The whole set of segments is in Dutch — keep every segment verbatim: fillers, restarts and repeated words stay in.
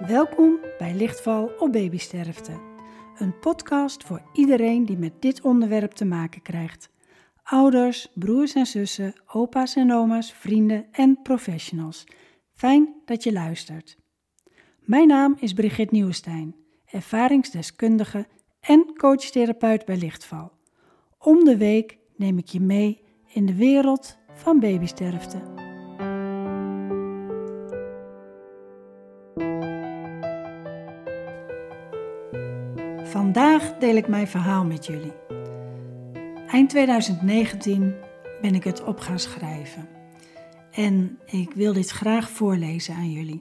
Welkom bij Lichtval op babysterfte. Een podcast voor iedereen die met dit onderwerp te maken krijgt. Ouders, broers en zussen, opa's en oma's, vrienden en professionals. Fijn dat je luistert. Mijn naam is Brigitte Nieuwenstein, ervaringsdeskundige en coachtherapeut bij Lichtval. Om de week neem ik je mee in de wereld van babysterfte. Vandaag deel ik mijn verhaal met jullie. Eind twintig negentien ben ik het op gaan schrijven. En ik wil dit graag voorlezen aan jullie.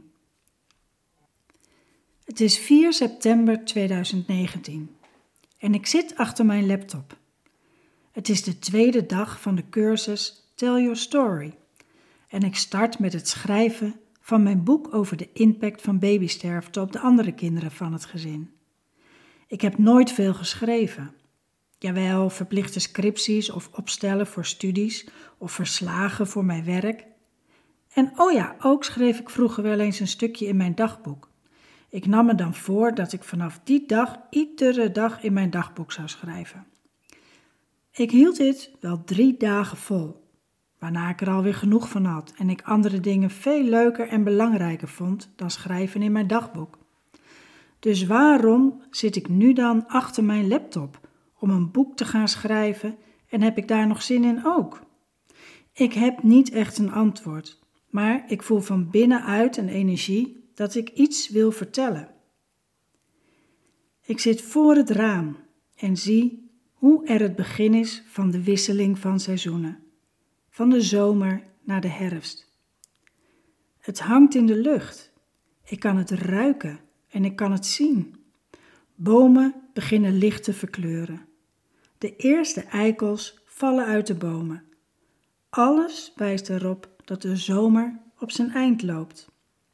Het is vier september twintig negentien en ik zit achter mijn laptop. Het is de tweede dag van de cursus Tell Your Story. En ik start met het schrijven van mijn boek over de impact van babysterfte op de andere kinderen van het gezin. Ik heb nooit veel geschreven. Jawel, verplichte scripties of opstellen voor studies of verslagen voor mijn werk. En oh ja, ook schreef ik vroeger wel eens een stukje in mijn dagboek. Ik nam me dan voor dat ik vanaf die dag iedere dag in mijn dagboek zou schrijven. Ik hield dit wel drie dagen vol, waarna ik er alweer genoeg van had en ik andere dingen veel leuker en belangrijker vond dan schrijven in mijn dagboek. Dus waarom zit ik nu dan achter mijn laptop om een boek te gaan schrijven en heb ik daar nog zin in ook? Ik heb niet echt een antwoord, maar ik voel van binnenuit een energie dat ik iets wil vertellen. Ik zit voor het raam en zie hoe er het begin is van de wisseling van seizoenen, van de zomer naar de herfst. Het hangt in de lucht, ik kan het ruiken. En ik kan het zien. Bomen beginnen licht te verkleuren. De eerste eikels vallen uit de bomen. Alles wijst erop dat de zomer op zijn eind loopt.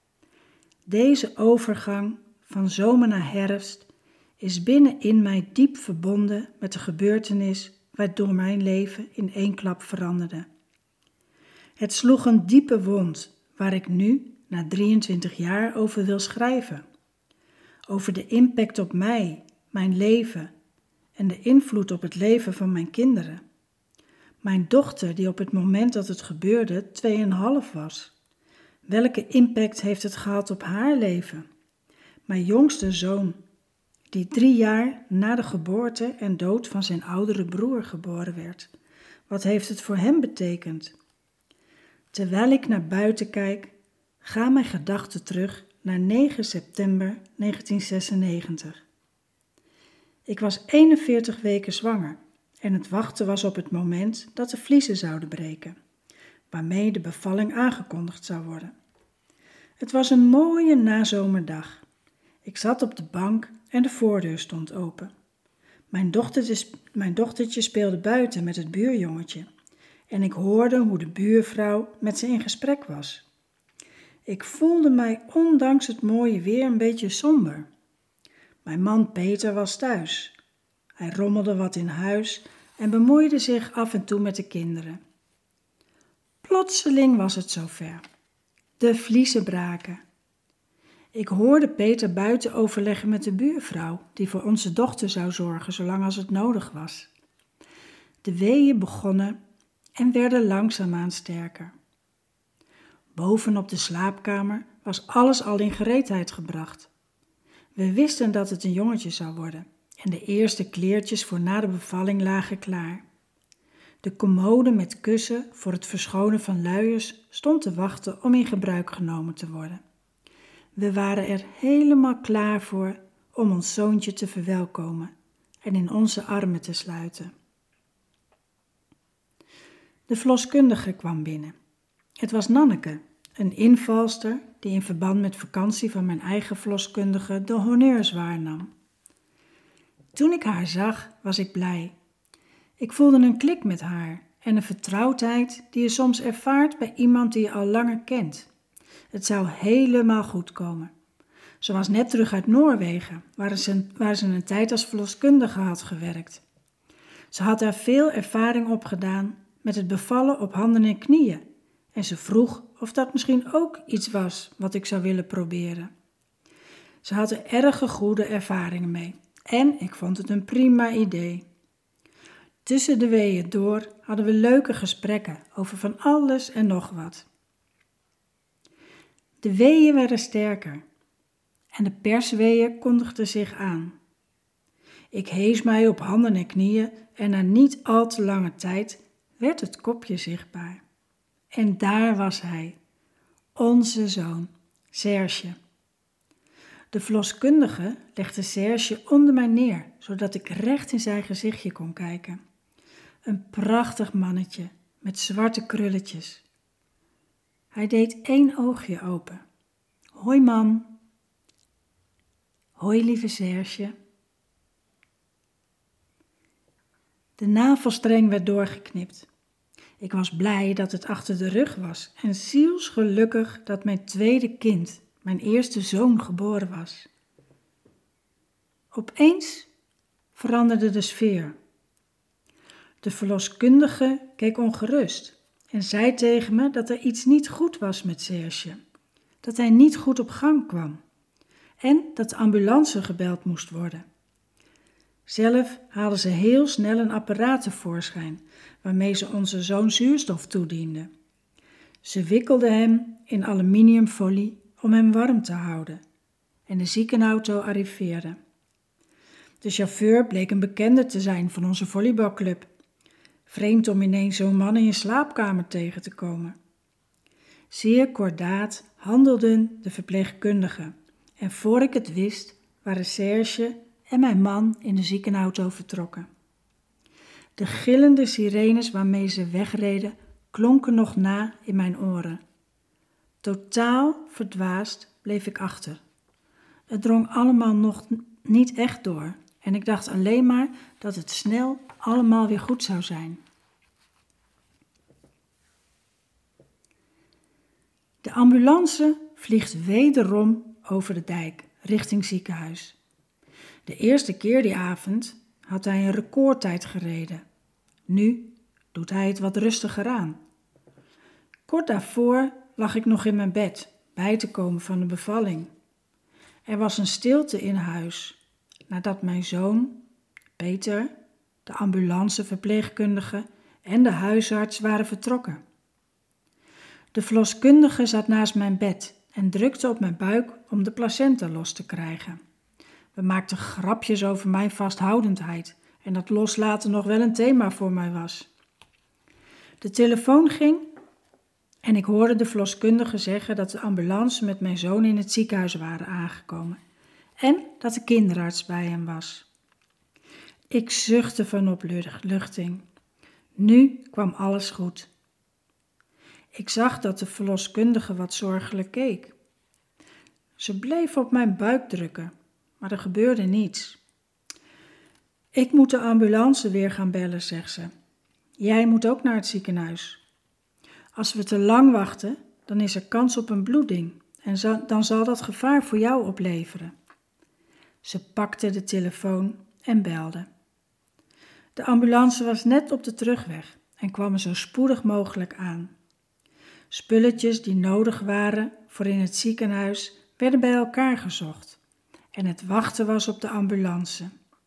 Deze overgang van zomer naar herfst is binnenin mij diep verbonden met de gebeurtenis waardoor mijn leven in één klap veranderde. Het sloeg een diepe wond waar ik nu, na drieëntwintig jaar, over wil schrijven. Over de impact op mij, mijn leven en de invloed op het leven van mijn kinderen. Mijn dochter, die op het moment dat het gebeurde tweeënhalf was. Welke impact heeft het gehad op haar leven? Mijn jongste zoon, die drie jaar na de geboorte en dood van zijn oudere broer geboren werd. Wat heeft het voor hem betekend? Terwijl ik naar buiten kijk, gaan mijn gedachten terug naar negen september negentien zesennegentig. Ik was eenenveertig weken zwanger en het wachten was op het moment dat de vliezen zouden breken, waarmee de bevalling aangekondigd zou worden. Het was een mooie nazomerdag. Ik zat op de bank en de voordeur stond open. Mijn dochtertje, mijn dochtertje speelde buiten met het buurjongetje en ik hoorde hoe de buurvrouw met ze in gesprek was. Ik voelde mij ondanks het mooie weer een beetje somber. Mijn man Peter was thuis. Hij rommelde wat in huis en bemoeide zich af en toe met de kinderen. Plotseling was het zover. De vliezen braken. Ik hoorde Peter buiten overleggen met de buurvrouw, die voor onze dochter zou zorgen zolang als het nodig was. De weeën begonnen en werden langzaamaan sterker. Boven op de slaapkamer was alles al in gereedheid gebracht. We wisten dat het een jongetje zou worden en de eerste kleertjes voor na de bevalling lagen klaar. De commode met kussen voor het verschonen van luiers stond te wachten om in gebruik genomen te worden. We waren er helemaal klaar voor om ons zoontje te verwelkomen en in onze armen te sluiten. De verloskundige kwam binnen. Het was Nanneke, een invalster die in verband met vakantie van mijn eigen verloskundige de honneurs waarnam. Toen ik haar zag, was ik blij. Ik voelde een klik met haar en een vertrouwdheid die je soms ervaart bij iemand die je al langer kent. Het zou helemaal goed komen. Ze was net terug uit Noorwegen, waar ze, waar ze een tijd als verloskundige had gewerkt. Ze had daar veel ervaring opgedaan met het bevallen op handen en knieën. En ze vroeg of dat misschien ook iets was wat ik zou willen proberen. Ze had er erg goede ervaringen mee en ik vond het een prima idee. Tussen de weeën door hadden we leuke gesprekken over van alles en nog wat. De weeën werden sterker en de persweeën kondigden zich aan. Ik hees mij op handen en knieën en na niet al te lange tijd werd het kopje zichtbaar. En daar was hij, onze zoon, Serge. De verloskundige legde Serge onder mij neer, zodat ik recht in zijn gezichtje kon kijken. Een prachtig mannetje met zwarte krulletjes. Hij deed één oogje open. Hoi mam. Hoi lieve Serge. De navelstreng werd doorgeknipt. Ik was blij dat het achter de rug was en zielsgelukkig dat mijn tweede kind, mijn eerste zoon, geboren was. Opeens veranderde de sfeer. De verloskundige keek ongerust en zei tegen me dat er iets niet goed was met Serge, dat hij niet goed op gang kwam en dat de ambulance gebeld moest worden. Zelf haalden ze heel snel een apparaat tevoorschijn, waarmee ze onze zoon zuurstof toedienden. Ze wikkelden hem in aluminiumfolie om hem warm te houden en de ziekenauto arriveerde. De chauffeur bleek een bekende te zijn van onze volleybalclub. Vreemd om ineens zo'n man in je slaapkamer tegen te komen. Zeer kordaat handelden de verpleegkundigen en voor ik het wist waren Serge en mijn man in de ziekenauto vertrokken. De gillende sirenes waarmee ze wegreden klonken nog na in mijn oren. Totaal verdwaasd bleef ik achter. Het drong allemaal nog niet echt door en ik dacht alleen maar dat het snel allemaal weer goed zou zijn. De ambulance vliegt wederom over de dijk richting ziekenhuis. De eerste keer die avond had hij een recordtijd gereden. Nu doet hij het wat rustiger aan. Kort daarvoor lag ik nog in mijn bed, bij te komen van de bevalling. Er was een stilte in huis, nadat mijn zoon, Peter, de ambulanceverpleegkundige en de huisarts waren vertrokken. De verloskundige zat naast mijn bed en drukte op mijn buik om de placenta los te krijgen. We maakten grapjes over mijn vasthoudendheid en dat loslaten nog wel een thema voor mij was. De telefoon ging en ik hoorde de verloskundige zeggen dat de ambulance met mijn zoon in het ziekenhuis waren aangekomen en dat de kinderarts bij hem was. Ik zuchtte van opluchting. Nu kwam alles goed. Ik zag dat de verloskundige wat zorgelijk keek. Ze bleef op mijn buik drukken, maar er gebeurde niets. Ik moet de ambulance weer gaan bellen, zegt ze. Jij moet ook naar het ziekenhuis. Als we te lang wachten, dan is er kans op een bloeding en za- dan zal dat gevaar voor jou opleveren. Ze pakte de telefoon en belde. De ambulance was net op de terugweg en kwam er zo spoedig mogelijk aan. Spulletjes die nodig waren voor in het ziekenhuis werden bij elkaar gezocht en het wachten was op de ambulance.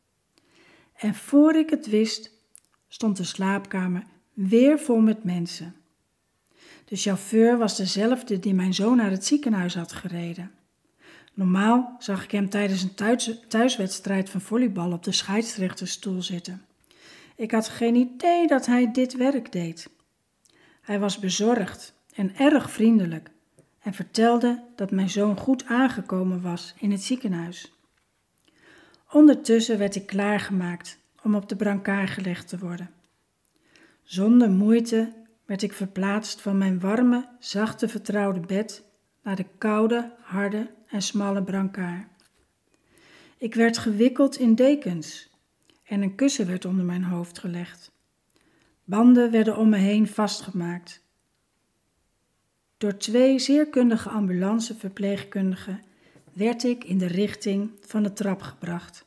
En voor ik het wist, stond de slaapkamer weer vol met mensen. De chauffeur was dezelfde die mijn zoon naar het ziekenhuis had gereden. Normaal zag ik hem tijdens een thuis- thuiswedstrijd van volleybal op de scheidsrechterstoel zitten. Ik had geen idee dat hij dit werk deed. Hij was bezorgd en erg vriendelijk en vertelde dat mijn zoon goed aangekomen was in het ziekenhuis. Ondertussen werd ik klaargemaakt om op de brancard gelegd te worden. Zonder moeite werd ik verplaatst van mijn warme, zachte, vertrouwde bed naar de koude, harde en smalle brancard. Ik werd gewikkeld in dekens en een kussen werd onder mijn hoofd gelegd. Banden werden om me heen vastgemaakt. Door twee zeer kundige ambulanceverpleegkundigen werd ik in de richting van de trap gebracht.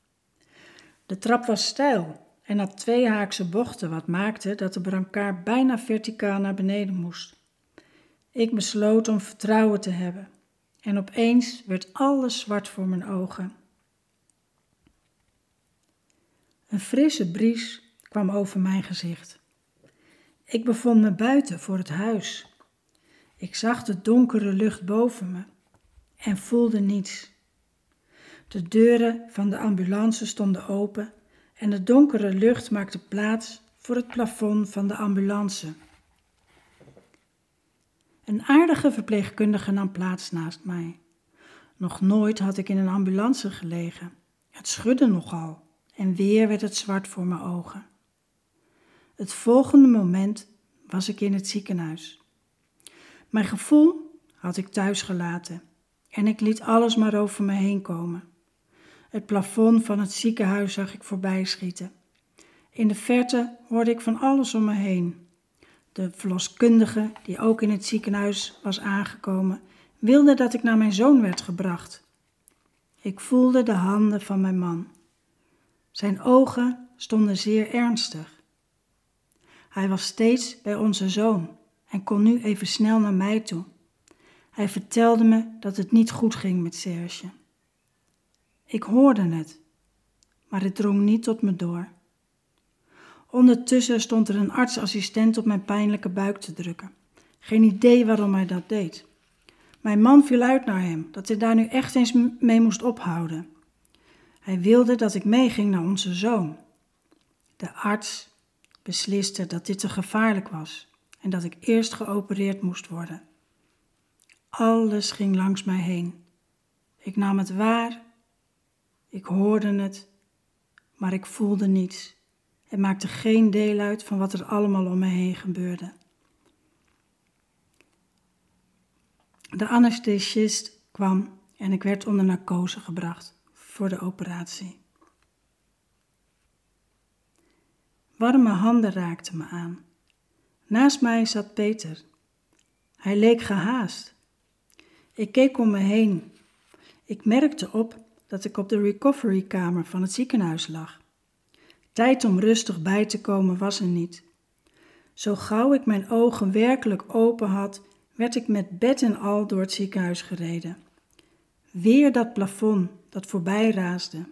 De trap was steil en had twee haakse bochten, wat maakte dat de brancard bijna verticaal naar beneden moest. Ik besloot om vertrouwen te hebben en opeens werd alles zwart voor mijn ogen. Een frisse bries kwam over mijn gezicht. Ik bevond me buiten voor het huis. Ik zag de donkere lucht boven me en voelde niets. De deuren van de ambulance stonden open en de donkere lucht maakte plaats voor het plafond van de ambulance. Een aardige verpleegkundige nam plaats naast mij. Nog nooit had ik in een ambulance gelegen. Het schudde nogal en weer werd het zwart voor mijn ogen. Het volgende moment was ik in het ziekenhuis. Mijn gevoel had ik thuis gelaten en ik liet alles maar over me heen komen. Het plafond van het ziekenhuis zag ik voorbij schieten. In de verte hoorde ik van alles om me heen. De verloskundige, die ook in het ziekenhuis was aangekomen, wilde dat ik naar mijn zoon werd gebracht. Ik voelde de handen van mijn man. Zijn ogen stonden zeer ernstig. Hij was steeds bij onze zoon en kon nu even snel naar mij toe. Hij vertelde me dat het niet goed ging met Serge. Ik hoorde het, maar het drong niet tot me door. Ondertussen stond er een artsassistent op mijn pijnlijke buik te drukken. Geen idee waarom hij dat deed. Mijn man viel uit naar hem, dat hij daar nu echt eens mee moest ophouden. Hij wilde dat ik meeging naar onze zoon. De arts besliste dat dit te gevaarlijk was en dat ik eerst geopereerd moest worden. Alles ging langs mij heen. Ik nam het waar, ik hoorde het, maar ik voelde niets. Het maakte geen deel uit van wat er allemaal om me heen gebeurde. De anesthesist kwam en ik werd onder narcose gebracht voor de operatie. Warme handen raakten me aan. Naast mij zat Peter. Hij leek gehaast. Ik keek om me heen. Ik merkte op dat ik op de recoverykamer van het ziekenhuis lag. Tijd om rustig bij te komen was er niet. Zo gauw ik mijn ogen werkelijk open had, werd ik met bed en al door het ziekenhuis gereden. Weer dat plafond dat voorbij raasde.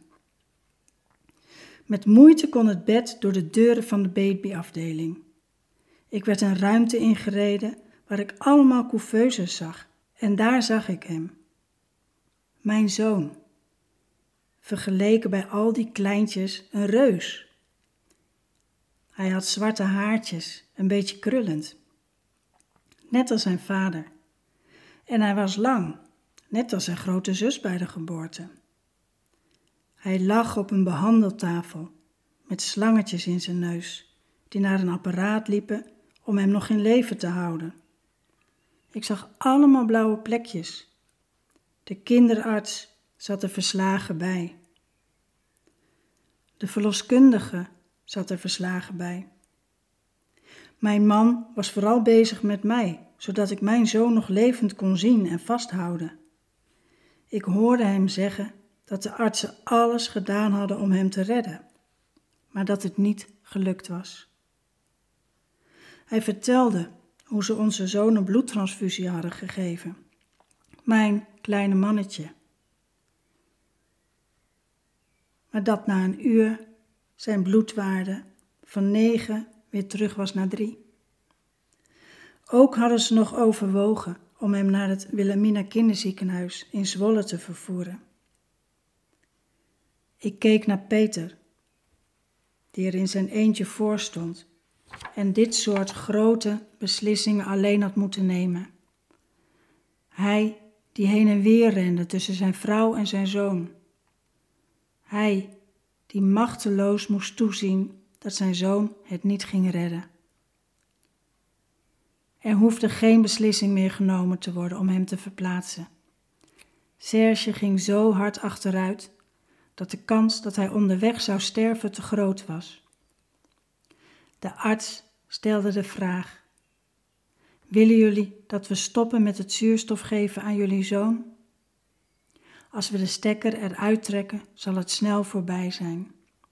Met moeite kon het bed door de deuren van de babyafdeling. Ik werd een ruimte ingereden waar ik allemaal couveuses zag en daar zag ik hem. Mijn zoon. Vergeleken bij al die kleintjes een reus. Hij had zwarte haartjes, een beetje krullend. Net als zijn vader. En hij was lang, net als zijn grote zus bij de geboorte. Hij lag op een behandeltafel met slangetjes in zijn neus, die naar een apparaat liepen om hem nog in leven te houden. Ik zag allemaal blauwe plekjes. De kinderarts zat er verslagen bij. De verloskundige zat er verslagen bij. Mijn man was vooral bezig met mij, zodat ik mijn zoon nog levend kon zien en vasthouden. Ik hoorde hem zeggen dat de artsen alles gedaan hadden om hem te redden, maar dat het niet gelukt was. Hij vertelde hoe ze onze zoon een bloedtransfusie hadden gegeven. Mijn kleine mannetje. Maar dat na een uur zijn bloedwaarde van negen weer terug was naar drie. Ook hadden ze nog overwogen om hem naar het Wilhelmina kinderziekenhuis in Zwolle te vervoeren. Ik keek naar Peter, die er in zijn eentje voor stond en dit soort grote beslissingen alleen had moeten nemen. Hij die heen en weer rende tussen zijn vrouw en zijn zoon. Hij die machteloos moest toezien dat zijn zoon het niet ging redden. Er hoefde geen beslissing meer genomen te worden om hem te verplaatsen. Serge ging zo hard achteruit dat de kans dat hij onderweg zou sterven te groot was. De arts stelde de vraag: willen jullie dat we stoppen met het zuurstof geven aan jullie zoon? Als we de stekker eruit trekken, zal het snel voorbij zijn.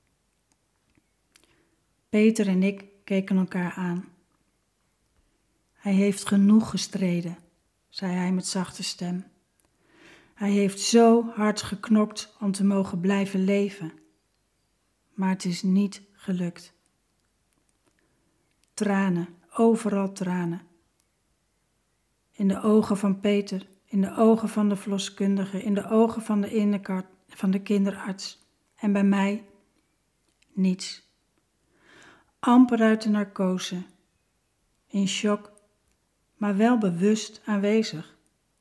Peter en ik keken elkaar aan. Hij heeft genoeg gestreden, zei hij met zachte stem. Hij heeft zo hard geknokt om te mogen blijven leven. Maar het is niet gelukt. Tranen, overal tranen. In de ogen van Peter, in de ogen van de verloskundige, in de ogen van de, inderkar, van de kinderarts. En bij mij niets. Amper uit de narcose. In shock, maar wel bewust aanwezig.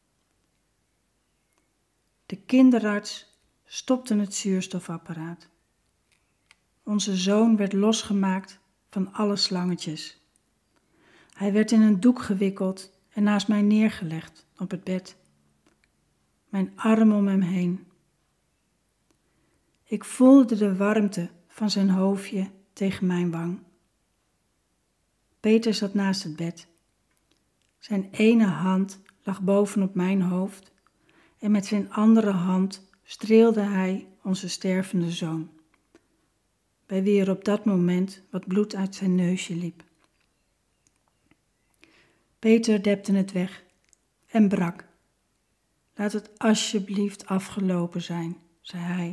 De kinderarts stopte het zuurstofapparaat. Onze zoon werd losgemaakt van alle slangetjes. Hij werd in een doek gewikkeld en naast mij neergelegd op het bed. Mijn arm om hem heen. Ik voelde de warmte van zijn hoofdje tegen mijn wang. Peter zat naast het bed. Zijn ene hand lag bovenop mijn hoofd en met zijn andere hand streelde hij onze stervende zoon, bij wie er op dat moment wat bloed uit zijn neusje liep. Peter depte het weg en brak. Laat het alsjeblieft afgelopen zijn, zei hij.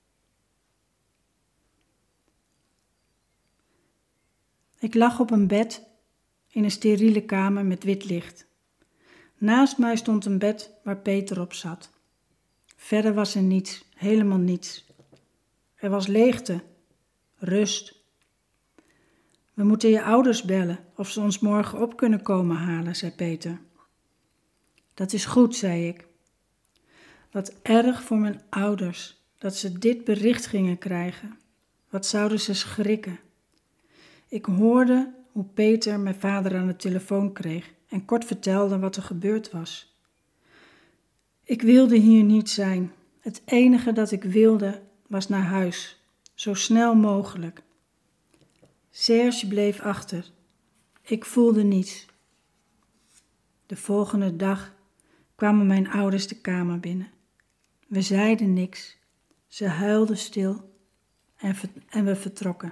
Ik lag op een bed in een steriele kamer met wit licht. Naast mij stond een bed waar Peter op zat. Verder was er niets, helemaal niets. Er was leegte, rust. We moeten je ouders bellen of ze ons morgen op kunnen komen halen, zei Peter. Dat is goed, zei ik. Wat erg voor mijn ouders dat ze dit bericht gingen krijgen. Wat zouden ze schrikken. Ik hoorde hoe Peter mijn vader aan de telefoon kreeg en kort vertelde wat er gebeurd was. Ik wilde hier niet zijn. Het enige dat ik wilde was naar huis, zo snel mogelijk. Serge bleef achter. Ik voelde niets. De volgende dag kwamen mijn ouders de kamer binnen. We zeiden niks. Ze huilden stil en, ver- en we vertrokken.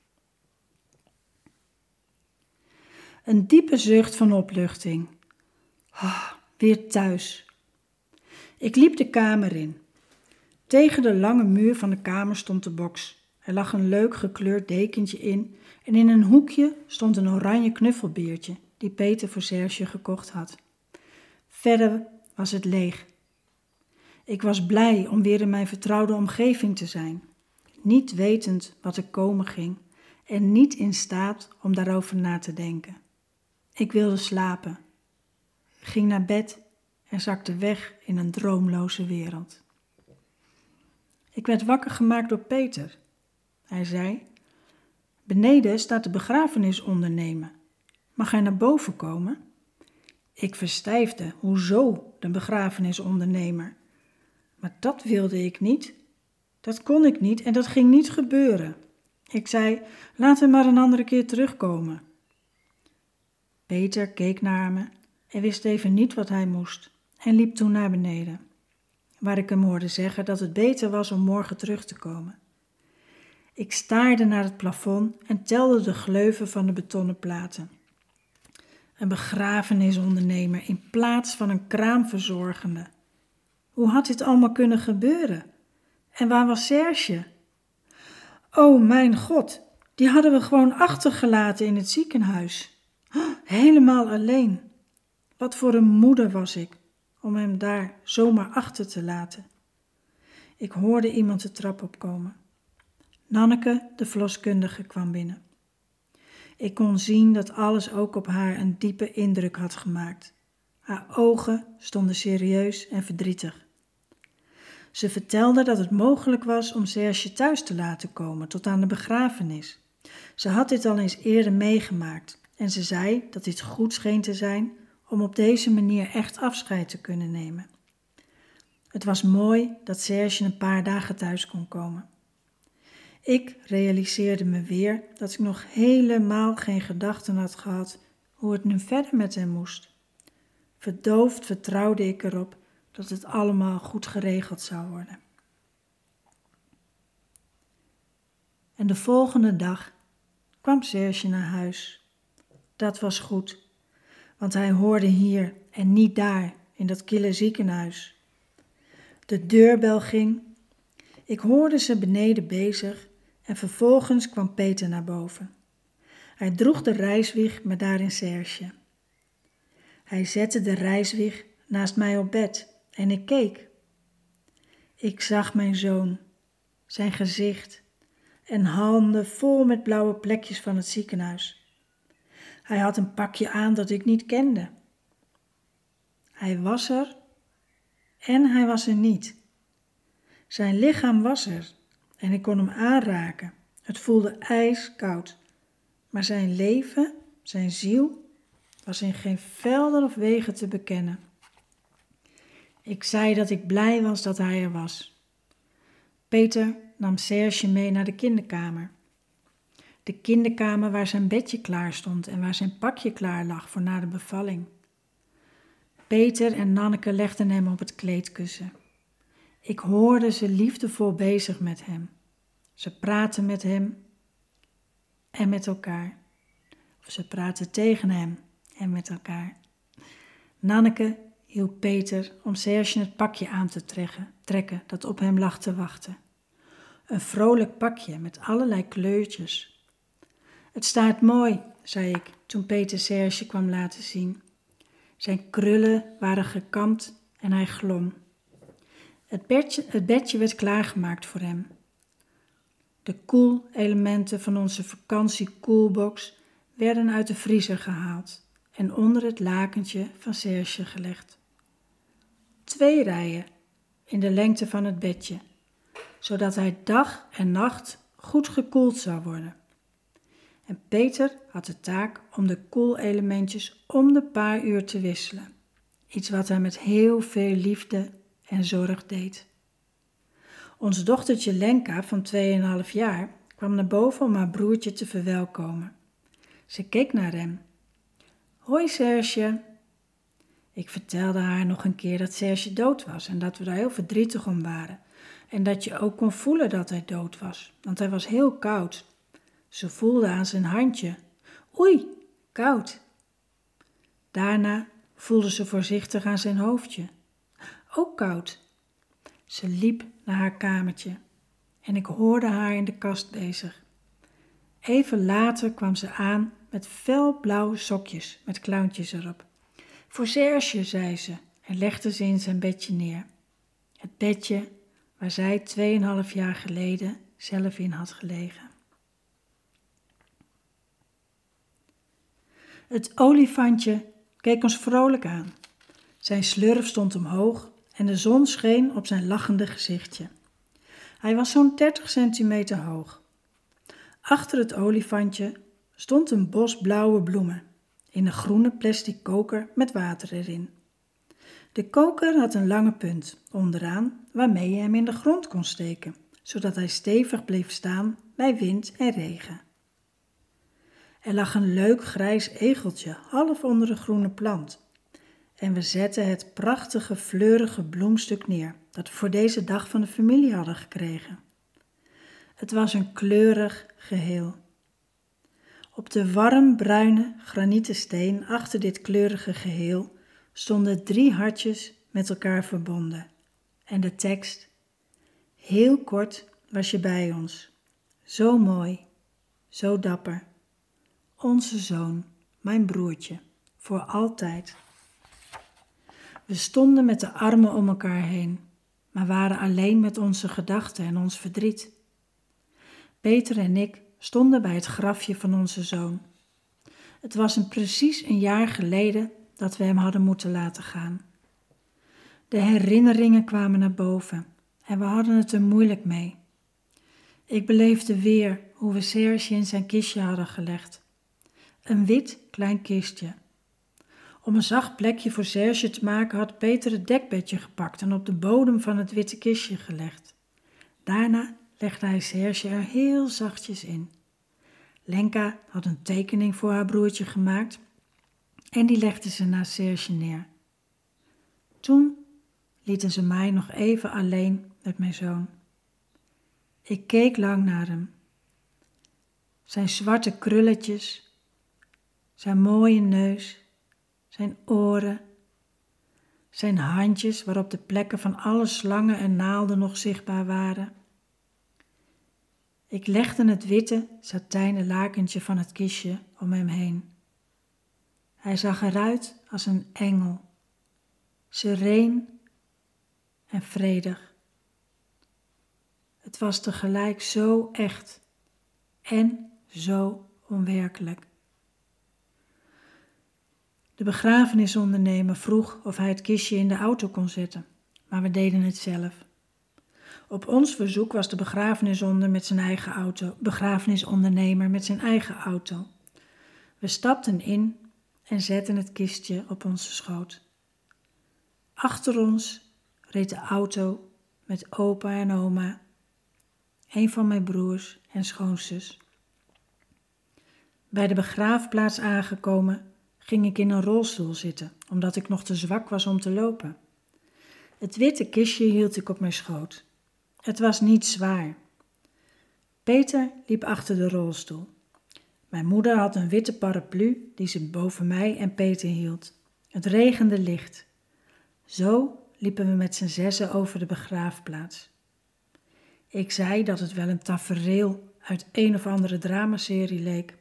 Een diepe zucht van opluchting. Oh, weer thuis. Ik liep de kamer in. Tegen de lange muur van de kamer stond de box. Er lag een leuk gekleurd dekentje in en in een hoekje stond een oranje knuffelbeertje die Peter voor Serge gekocht had. Verder was het leeg. Ik was blij om weer in mijn vertrouwde omgeving te zijn, niet wetend wat er komen ging en niet in staat om daarover na te denken. Ik wilde slapen, ging naar bed en zakte weg in een droomloze wereld. Ik werd wakker gemaakt door Peter. Hij zei, beneden staat de begrafenisondernemer. Mag hij naar boven komen? Ik verstijfde, hoezo de begrafenisondernemer? Maar dat wilde ik niet. Dat kon ik niet en dat ging niet gebeuren. Ik zei, laat hem maar een andere keer terugkomen. Peter keek naar me en wist even niet wat hij moest en liep toen naar beneden, waar ik hem hoorde zeggen dat het beter was om morgen terug te komen. Ik staarde naar het plafond en telde de gleuven van de betonnen platen. Een begrafenisondernemer in plaats van een kraamverzorgende. Hoe had dit allemaal kunnen gebeuren? En waar was Serge? Oh mijn God, die hadden we gewoon achtergelaten in het ziekenhuis. Helemaal alleen. Wat voor een moeder was ik om hem daar zomaar achter te laten. Ik hoorde iemand de trap opkomen. Nanneke, de verloskundige, kwam binnen. Ik kon zien dat alles ook op haar een diepe indruk had gemaakt. Haar ogen stonden serieus en verdrietig. Ze vertelde dat het mogelijk was om Serge thuis te laten komen tot aan de begrafenis. Ze had dit al eens eerder meegemaakt en ze zei dat dit goed scheen te zijn om op deze manier echt afscheid te kunnen nemen. Het was mooi dat Serge een paar dagen thuis kon komen. Ik realiseerde me weer dat ik nog helemaal geen gedachten had gehad hoe het nu verder met hem moest. Verdoofd vertrouwde ik erop dat het allemaal goed geregeld zou worden. En de volgende dag kwam Serge naar huis. Dat was goed, want hij hoorde hier en niet daar in dat kille ziekenhuis. De deurbel ging. Ik hoorde ze beneden bezig en vervolgens kwam Peter naar boven. Hij droeg de reiswieg met daarin Serge. Hij zette de reiswieg naast mij op bed en ik keek. Ik zag mijn zoon, zijn gezicht en handen vol met blauwe plekjes van het ziekenhuis. Hij had een pakje aan dat ik niet kende. Hij was er en hij was er niet. Zijn lichaam was er en ik kon hem aanraken. Het voelde ijskoud, maar zijn leven, zijn ziel, was in geen velden of wegen te bekennen. Ik zei dat ik blij was dat hij er was. Peter nam Serge mee naar de kinderkamer. De kinderkamer waar zijn bedje klaar stond en waar zijn pakje klaar lag voor na de bevalling. Peter en Nanneke legden hem op het kleedkussen. Ik hoorde ze liefdevol bezig met hem. Ze praten met hem en met elkaar. Of ze praten tegen hem en met elkaar. Nanneke hielp Peter om Serge het pakje aan te trekken, trekken dat op hem lag te wachten. Een vrolijk pakje met allerlei kleurtjes. Het staat mooi, zei ik toen Peter Serge kwam laten zien. Zijn krullen waren gekamd en hij glom. Het bedje, het bedje werd klaargemaakt voor hem. De koelelementen van onze vakantie-koelbox werden uit de vriezer gehaald en onder het lakentje van Serge gelegd. Twee rijen in de lengte van het bedje, zodat hij dag en nacht goed gekoeld zou worden. En Peter had de taak om de koelelementjes om de paar uur te wisselen. Iets wat hij met heel veel liefde en zorg deed. Ons dochtertje Lenka van tweeënhalf jaar kwam naar boven om haar broertje te verwelkomen. Ze keek naar hem. Hoi Serge. Ik vertelde haar nog een keer dat Serge dood was en dat we daar heel verdrietig om waren. En dat je ook kon voelen dat hij dood was, want hij was heel koud. Ze voelde aan zijn handje. Oei, koud. Daarna voelde ze voorzichtig aan zijn hoofdje. Ook koud. Ze liep naar haar kamertje en ik hoorde haar in de kast bezig. Even later kwam ze aan met felblauwe sokjes met clowntjes erop. Voor Serge, zei ze en legde ze in zijn bedje neer. Het bedje waar zij tweeënhalf jaar geleden zelf in had gelegen. Het olifantje keek ons vrolijk aan. Zijn slurf stond omhoog en de zon scheen op zijn lachende gezichtje. Hij was zo'n dertig centimeter hoog. Achter het olifantje stond een bos blauwe bloemen in een groene plastic koker met water erin. De koker had een lange punt onderaan waarmee je hem in de grond kon steken, zodat hij stevig bleef staan bij wind en regen. Er lag een leuk grijs egeltje half onder de groene plant. En we zetten het prachtige, fleurige bloemstuk neer dat we voor deze dag van de familie hadden gekregen. Het was een kleurig geheel. Op de warm bruine granieten steen achter dit kleurige geheel stonden drie hartjes met elkaar verbonden. En de tekst: heel kort was je bij ons. Zo mooi, zo dapper. Onze zoon, mijn broertje, voor altijd. We stonden met de armen om elkaar heen, maar waren alleen met onze gedachten en ons verdriet. Peter en ik stonden bij het grafje van onze zoon. Het was een precies een jaar geleden dat we hem hadden moeten laten gaan. De herinneringen kwamen naar boven en we hadden het er moeilijk mee. Ik beleefde weer hoe we Serge in zijn kistje hadden gelegd. Een wit klein kistje. Om een zacht plekje voor Serge te maken had Peter het dekbedje gepakt en op de bodem van het witte kistje gelegd. Daarna legde hij Serge er heel zachtjes in. Lenka had een tekening voor haar broertje gemaakt en die legde ze naast Serge neer. Toen lieten ze mij nog even alleen met mijn zoon. Ik keek lang naar hem. Zijn zwarte krulletjes, zijn mooie neus, zijn oren, zijn handjes waarop de plekken van alle slangen en naalden nog zichtbaar waren. Ik legde het witte satijnen lakentje van het kistje om hem heen. Hij zag eruit als een engel, sereen en vredig. Het was tegelijk zo echt en zo onwerkelijk. De begrafenisondernemer vroeg of hij het kistje in de auto kon zetten, maar we deden het zelf. Op ons verzoek was de begrafenisonder met zijn eigen auto, begrafenisondernemer met zijn eigen auto. We stapten in en zetten het kistje op onze schoot. Achter ons reed de auto met opa en oma, een van mijn broers en schoonzus. Bij de begraafplaats aangekomen ging ik in een rolstoel zitten, omdat ik nog te zwak was om te lopen. Het witte kistje hield ik op mijn schoot. Het was niet zwaar. Peter liep achter de rolstoel. Mijn moeder had een witte paraplu die ze boven mij en Peter hield. Het regende licht. Zo liepen we met z'n zessen over de begraafplaats. Ik zei dat het wel een tafereel uit een of andere dramaserie leek.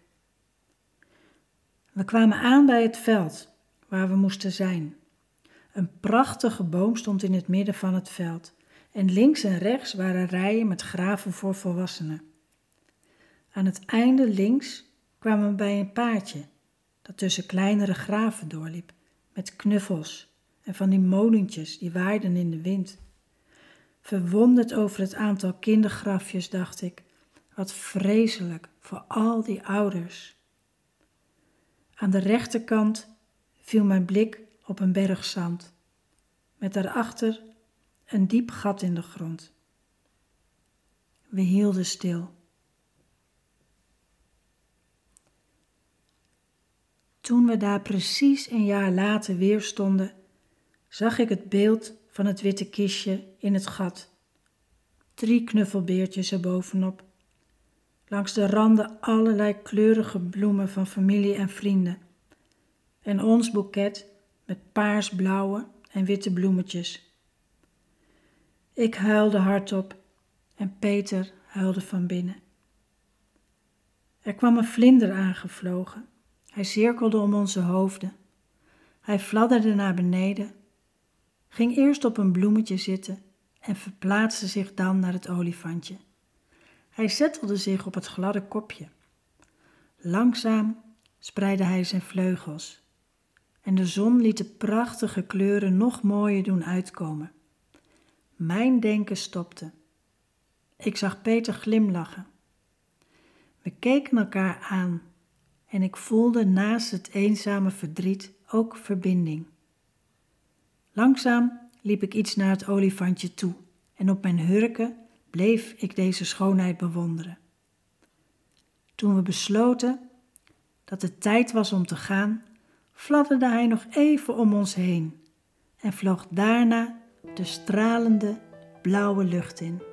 We kwamen aan bij het veld waar we moesten zijn. Een prachtige boom stond in het midden van het veld en links en rechts waren rijen met graven voor volwassenen. Aan het einde links kwamen we bij een paadje dat tussen kleinere graven doorliep met knuffels en van die molentjes die waaiden in de wind. Verwonderd over het aantal kindergrafjes dacht ik, wat vreselijk voor al die ouders. Aan de rechterkant viel mijn blik op een berg zand, met daarachter een diep gat in de grond. We hielden stil. Toen we daar precies een jaar later weer stonden, zag ik het beeld van het witte kistje in het gat. Drie knuffelbeertjes erbovenop. Langs de randen allerlei kleurige bloemen van familie en vrienden. En ons boeket met paars-blauwe en witte bloemetjes. Ik huilde hardop en Peter huilde van binnen. Er kwam een vlinder aangevlogen. Hij cirkelde om onze hoofden. Hij fladderde naar beneden, ging eerst op een bloemetje zitten en verplaatste zich dan naar het olifantje. Hij zettelde zich op het gladde kopje. Langzaam spreidde hij zijn vleugels en de zon liet de prachtige kleuren nog mooier doen uitkomen. Mijn denken stopte. Ik zag Peter glimlachen. We keken elkaar aan en ik voelde naast het eenzame verdriet ook verbinding. Langzaam liep ik iets naar het olifantje toe en op mijn hurken bleef ik deze schoonheid bewonderen. Toen we besloten dat het tijd was om te gaan, fladderde hij nog even om ons heen en vloog daarna de stralende blauwe lucht in.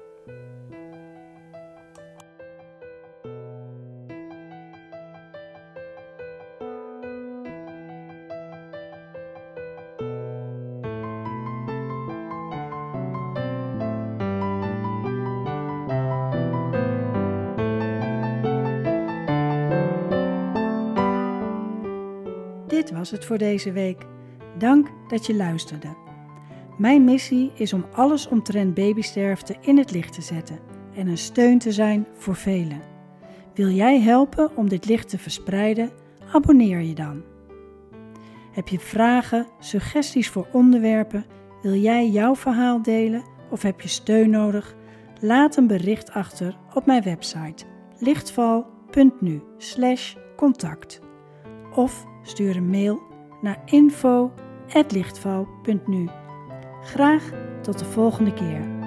Dit was het voor deze week. Dank dat je luisterde. Mijn missie is om alles omtrent babysterfte in het licht te zetten en een steun te zijn voor velen. Wil jij helpen om dit licht te verspreiden? Abonneer je dan. Heb je vragen, suggesties voor onderwerpen? Wil jij jouw verhaal delen of heb je steun nodig? Laat een bericht achter op mijn website lichtval punt nu slash contact of stuur een mail naar info at lichtval punt nu. Graag tot de volgende keer.